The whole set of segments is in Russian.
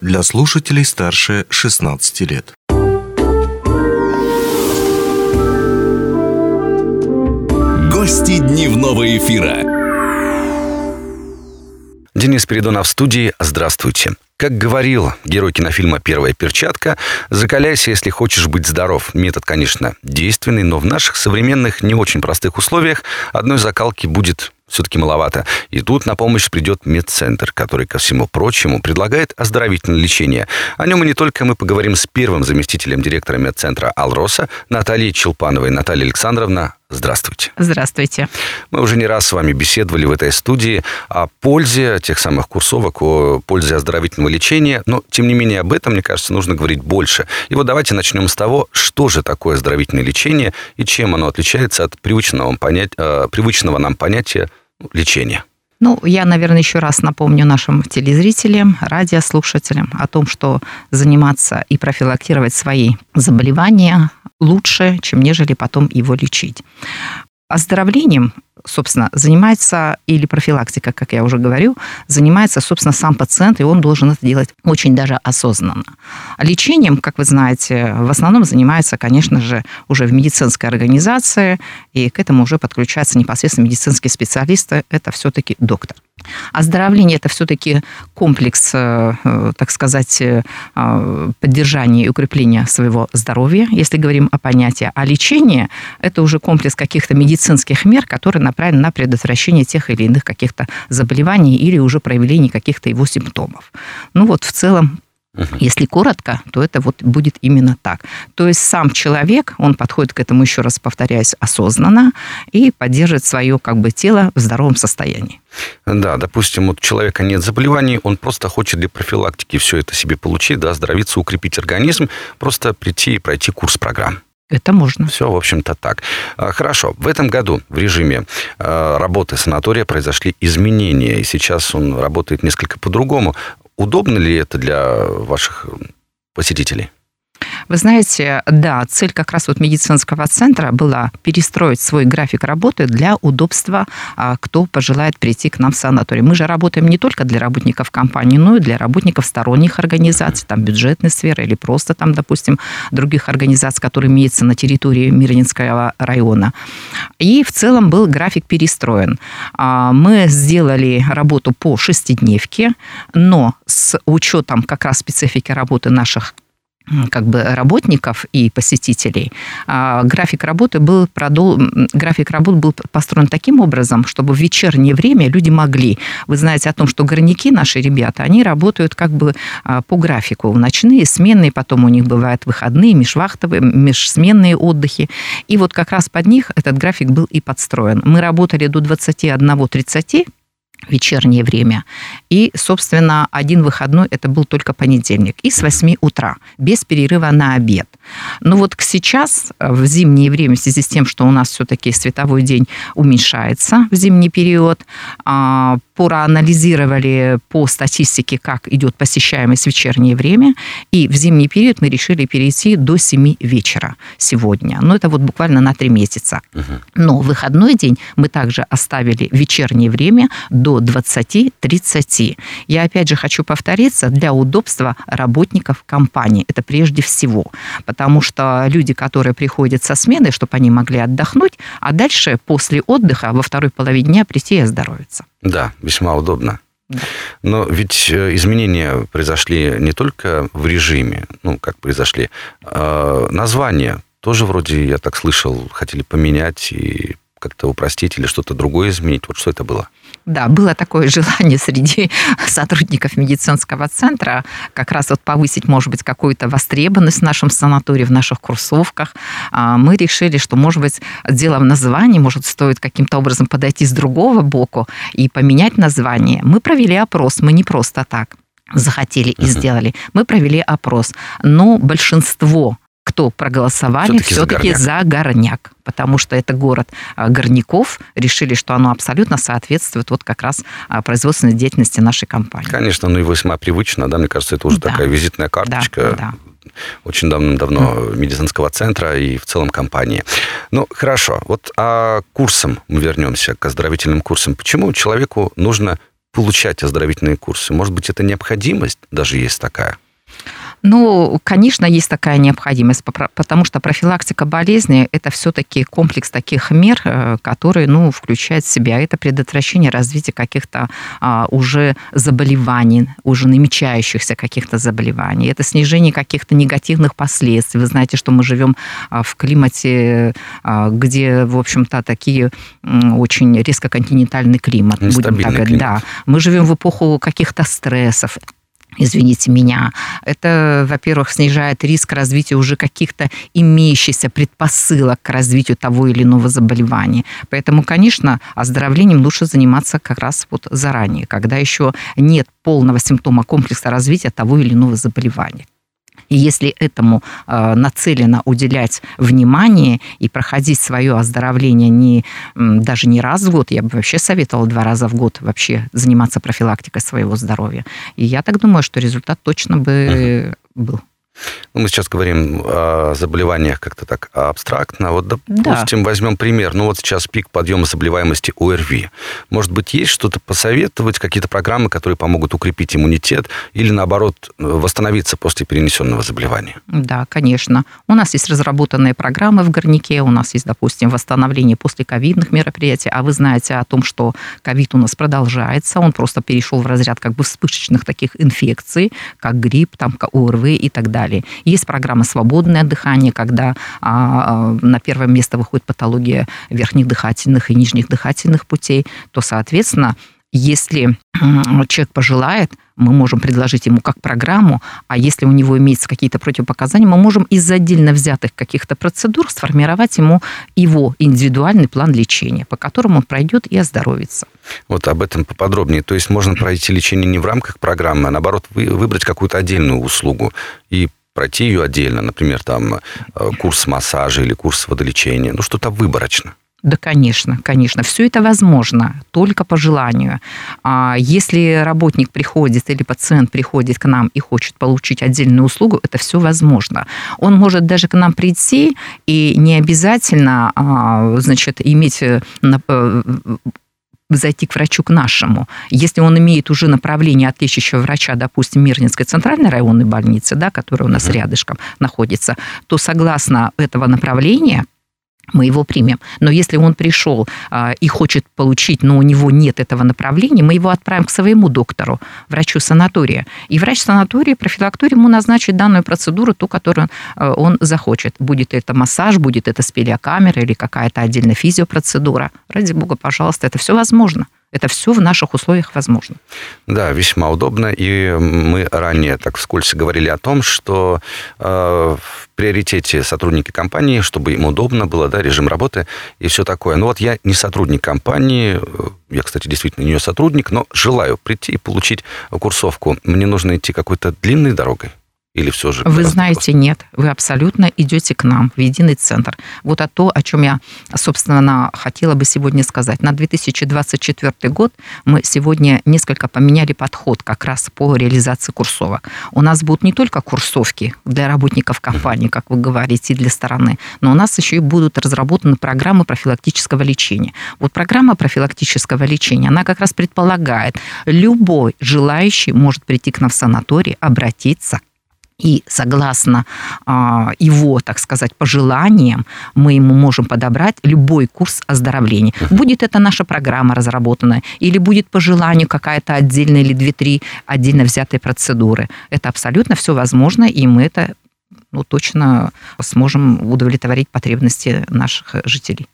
для слушателей старше 16 лет. Гости дневного эфира. Денис Спиридонов в студии. Здравствуйте. Как говорил герой кинофильма «Первая перчатка», закаляйся, если хочешь быть здоров. Метод, конечно, действенный, но в наших современных, не очень простых условиях одной закалки будет все-таки маловато. И тут на помощь придет медцентр, который, ко всему прочему, предлагает оздоровительное лечение. О нем и не только мы поговорим с первым заместителем директора медцентра «Алроса» Натальей Челпановой. Наталья Александровна, здравствуйте. Здравствуйте. Мы уже не раз с вами беседовали в этой студии о пользе тех самых курсовок, о пользе оздоровительного лечения, но, тем не менее, об этом, мне кажется, нужно говорить больше. И вот давайте начнем с того, что же такое оздоровительное лечение и чем оно отличается от привычного нам понятия лечения. Я, наверное, еще раз напомню нашим телезрителям, радиослушателям о том, что заниматься и профилактировать свои заболевания лучше, чем нежели потом его лечить. Оздоровлением, собственно, занимается, или профилактика, как я уже говорю, занимается, собственно, сам пациент, и он должен это делать очень даже осознанно. Лечением, как вы знаете, в основном занимается, конечно же, уже в медицинской организации, и к этому уже подключаются непосредственно медицинские специалисты, это все-таки доктор. Оздоровление – это все-таки комплекс, так сказать, поддержания и укрепления своего здоровья, если говорим о понятии. А лечение – это уже комплекс каких-то медицинских мер, которые направлены на предотвращение тех или иных каких-то заболеваний или уже проявления каких-то его симптомов. В целом, если коротко, то это будет именно так. То есть сам человек, он подходит к этому, еще раз повторяюсь, осознанно и поддерживает свое тело в здоровом состоянии. Да, допустим, у человека нет заболеваний, он просто хочет для профилактики все это себе получить, оздоровиться, укрепить организм, просто прийти и пройти курс программ. Это можно. Все, в общем-то, так. Хорошо. В этом году в режиме работы санатория произошли изменения, и сейчас он работает несколько по-другому. Удобно ли это для ваших посетителей? Вы знаете, да, цель как раз медицинского центра была перестроить свой график работы для удобства, кто пожелает прийти к нам в санаторий. Мы же работаем не только для работников компании, но и для работников сторонних организаций, бюджетной сферы или просто, допустим, других организаций, которые имеются на территории Мирнинского района. И в целом был график перестроен. Мы сделали работу по шестидневке, но с учетом как раз специфики работы наших работников и посетителей, график работы был построен таким образом, чтобы в вечернее время люди могли. Вы знаете о том, что горняки, наши ребята, они работают по графику. Ночные, сменные, потом у них бывают выходные, межвахтовые, межсменные отдыхи. И как раз под них этот график был и подстроен. Мы работали до 21:30, вечернее время. И, собственно, один выходной, это был только понедельник. И с 8 утра, без перерыва на обед. Но сейчас, в зимнее время, в связи с тем, что у нас все-таки световой день уменьшается в зимний период, проанализировали по статистике, как идет посещаемость в вечернее время, и в зимний период мы решили перейти до 7 вечера сегодня. Это буквально на 3 месяца. Но выходной день мы также оставили вечернее время до 20:30. Я опять же хочу повториться, для удобства работников компании. Это прежде всего. Потому что люди, которые приходят со смены, чтобы они могли отдохнуть, а дальше после отдыха во второй половине дня прийти и оздоровиться. Да, весьма удобно. Да. Но ведь изменения произошли не только в режиме, как произошли. Название тоже вроде, я так слышал, хотели поменять и как-то упростить или что-то другое изменить. Что это было? Да, было такое желание среди сотрудников медицинского центра как раз повысить, может быть, какую-то востребованность в нашем санатории, в наших курсовках. Мы решили, что, может быть, дело в названии, может, стоит каким-то образом подойти с другого боку и поменять название. Мы провели опрос, мы не просто так захотели и сделали. Мы провели опрос, но большинство, кто проголосовали, все-таки за Горняк, потому что это город горняков, решили, что оно абсолютно соответствует как раз производственной деятельности нашей компании. Конечно, и весьма привычно, мне кажется, это уже такая визитная карточка. Да. Очень давно медицинского центра и в целом компании. Хорошо. А курсам мы вернемся, к оздоровительным курсам. Почему человеку нужно получать оздоровительные курсы? Может быть, это необходимость даже есть такая? Ну, конечно, есть такая необходимость, потому что профилактика болезни – это все-таки комплекс таких мер, которые, включают в себя это предотвращение развития каких-то уже заболеваний, уже намечающихся каких-то заболеваний. Это снижение каких-то негативных последствий. Вы знаете, что мы живем в климате, где, в общем-то, такие очень резко континентальный климат. Нестабильный климат. Да. Мы живем в эпоху каких-то стрессов. Извините меня, это, во-первых, снижает риск развития уже каких-то имеющихся предпосылок к развитию того или иного заболевания. Поэтому, конечно, оздоровлением лучше заниматься как раз вот заранее, когда еще нет полного симптома комплекса развития того или иного заболевания. И если этому нацелено уделять внимание и проходить свое оздоровление даже не раз в год, я бы вообще советовала 2 раза в год вообще заниматься профилактикой своего здоровья. И я так думаю, что результат точно бы был. Мы сейчас говорим о заболеваниях как-то так абстрактно. Вот, допустим, возьмем пример. Вот сейчас пик подъема заболеваемости ОРВИ. Может быть, есть что-то посоветовать, какие-то программы, которые помогут укрепить иммунитет или, наоборот, восстановиться после перенесенного заболевания? Да, конечно. У нас есть разработанные программы в Горняке, у нас есть, допустим, восстановление после ковидных мероприятий, а вы знаете о том, что ковид у нас продолжается, он просто перешел в разряд как бы вспышечных таких инфекций, как грипп, как ОРВИ и так далее. Есть программа «Свободное дыхание», когда на первое место выходит патология верхних дыхательных и нижних дыхательных путей, то, соответственно, если человек пожелает, мы можем предложить ему как программу, а если у него имеются какие-то противопоказания, мы можем из отдельно взятых каких-то процедур сформировать ему его индивидуальный план лечения, по которому он пройдет и оздоровится. Вот об этом поподробнее. То есть можно пройти лечение не в рамках программы, а наоборот выбрать какую-то отдельную услугу и пройти ее отдельно, например, курс массажа или курс водолечения, что-то выборочно. Да, конечно, конечно. Все это возможно, только по желанию. Если работник приходит или пациент приходит к нам и хочет получить отдельную услугу, это все возможно. Он может даже к нам прийти и не обязательно, иметь зайти к врачу, к нашему. Если он имеет уже направление от лечащего врача, допустим, Мирнинской центральной районной больницы, которая у нас рядышком находится, то согласно этого направления мы его примем. Но если он пришел и хочет получить, но у него нет этого направления, мы его отправим к своему доктору, врачу санатория. И врач санатория, профилакторий ему назначит данную процедуру, ту, которую он захочет. Будет это массаж, будет это спелеокамера или какая-то отдельная физиопроцедура. Ради бога, пожалуйста, это все возможно. Это все в наших условиях возможно. Да, весьма удобно. И мы ранее так вскользь говорили о том, что в приоритете сотрудники компании, чтобы им удобно было, режим работы и все такое. Я не сотрудник компании, я, кстати, действительно не ее сотрудник, но желаю прийти и получить курсовку. Мне нужно идти какой-то длинной дорогой? Или все же? Вы знаете, нет. Вы абсолютно идете к нам в единый центр. Вот то, о чем я, собственно, хотела бы сегодня сказать. На 2024 год мы сегодня несколько поменяли подход как раз по реализации курсовок. У нас будут не только курсовки для работников компании, как вы говорите, для стороны, но у нас еще и будут разработаны программы профилактического лечения. Вот программа профилактического лечения, она как раз предполагает, любой желающий может прийти к нам в санаторий, обратиться, и согласно его, так сказать, пожеланиям, мы ему можем подобрать любой курс оздоровления. Будет это наша программа разработанная, или будет по желанию какая-то отдельная или 2-3 отдельно взятые процедуры. Это абсолютно все возможно, и мы это точно сможем удовлетворить потребности наших жителей.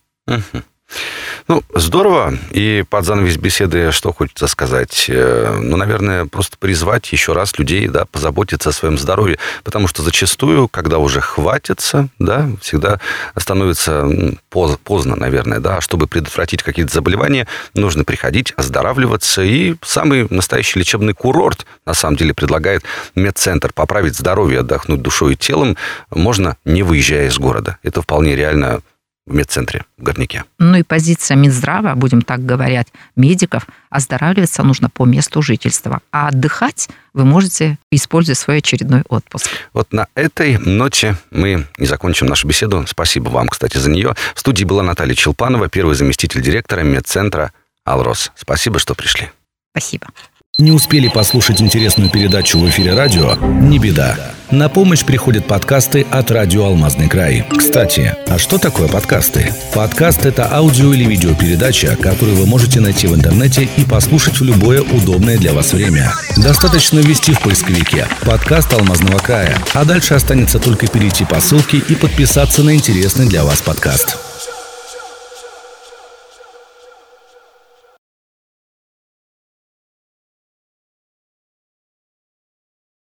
Здорово. И под занавес беседы что хочется сказать? Наверное, просто призвать еще раз людей, позаботиться о своем здоровье. Потому что зачастую, когда уже хватится, всегда становится поздно, наверное. Чтобы предотвратить какие-то заболевания, нужно приходить, оздоравливаться. И самый настоящий лечебный курорт, на самом деле, предлагает медцентр. Поправить здоровье, отдохнуть душой и телом можно, не выезжая из города. Это вполне реально в медцентре в Горняке. И позиция Минздрава, будем так говорить, медиков, оздоравливаться нужно по месту жительства. А отдыхать вы можете, используя свой очередной отпуск. Вот на этой ноте мы и закончим нашу беседу. Спасибо вам, кстати, за нее. В студии была Наталья Челпанова, первый заместитель директора медцентра «Алрос». Спасибо, что пришли. Спасибо. Не успели послушать интересную передачу в эфире радио? Не беда. На помощь приходят подкасты от радио «Алмазный край». Кстати, а что такое подкасты? Подкаст – это аудио- или видеопередача, которую вы можете найти в интернете и послушать в любое удобное для вас время. Достаточно ввести в поисковике «Подкаст Алмазного края», а дальше останется только перейти по ссылке и подписаться на интересный для вас подкаст.